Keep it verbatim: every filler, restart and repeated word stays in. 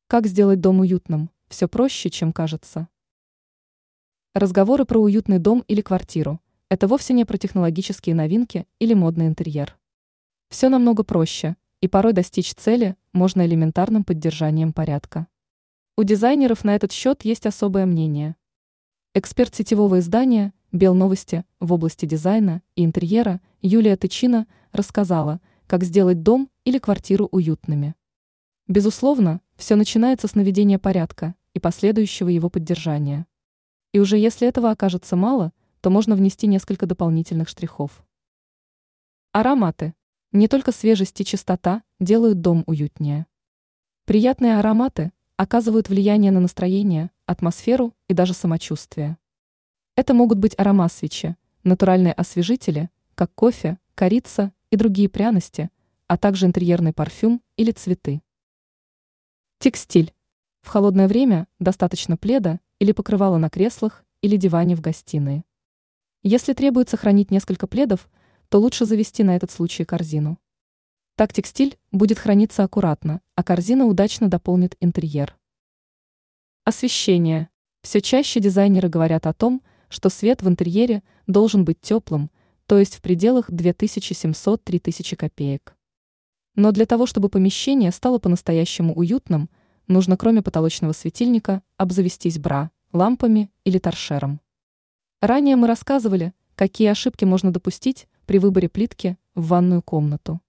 Как сделать дом уютным? Все проще, чем кажется. Разговоры про уютный дом или квартиру – это вовсе не про технологические новинки или модный интерьер. Все намного проще, и порой достичь цели можно элементарным поддержанием порядка. У дизайнеров на этот счет есть особое мнение. Эксперт сетевого издания «Белновости» в области дизайна и интерьера Юлия Тычина рассказала, как сделать дом или квартиру уютными. Безусловно, все начинается с наведения порядка и последующего его поддержания. И уже если этого окажется мало, то можно внести несколько дополнительных штрихов. Ароматы. Не только свежесть и чистота делают дом уютнее. Приятные ароматы оказывают влияние на настроение, атмосферу и даже самочувствие. Это могут быть аромасвечи, натуральные освежители, как кофе, корица и другие пряности, а также интерьерный парфюм или цветы. Текстиль. В холодное время достаточно пледа или покрывала на креслах или диване в гостиной. Если требуется хранить несколько пледов, то лучше завести на этот случай корзину. Так текстиль будет храниться аккуратно, а корзина удачно дополнит интерьер. Освещение. Все чаще дизайнеры говорят о том, что свет в интерьере должен быть теплым, то есть в пределах две тысячи семьсот — три тысячи копеек. Но для того, чтобы помещение стало по-настоящему уютным, нужно кроме потолочного светильника обзавестись бра, лампами или торшером. Ранее мы рассказывали, какие ошибки можно допустить при выборе плитки в ванную комнату.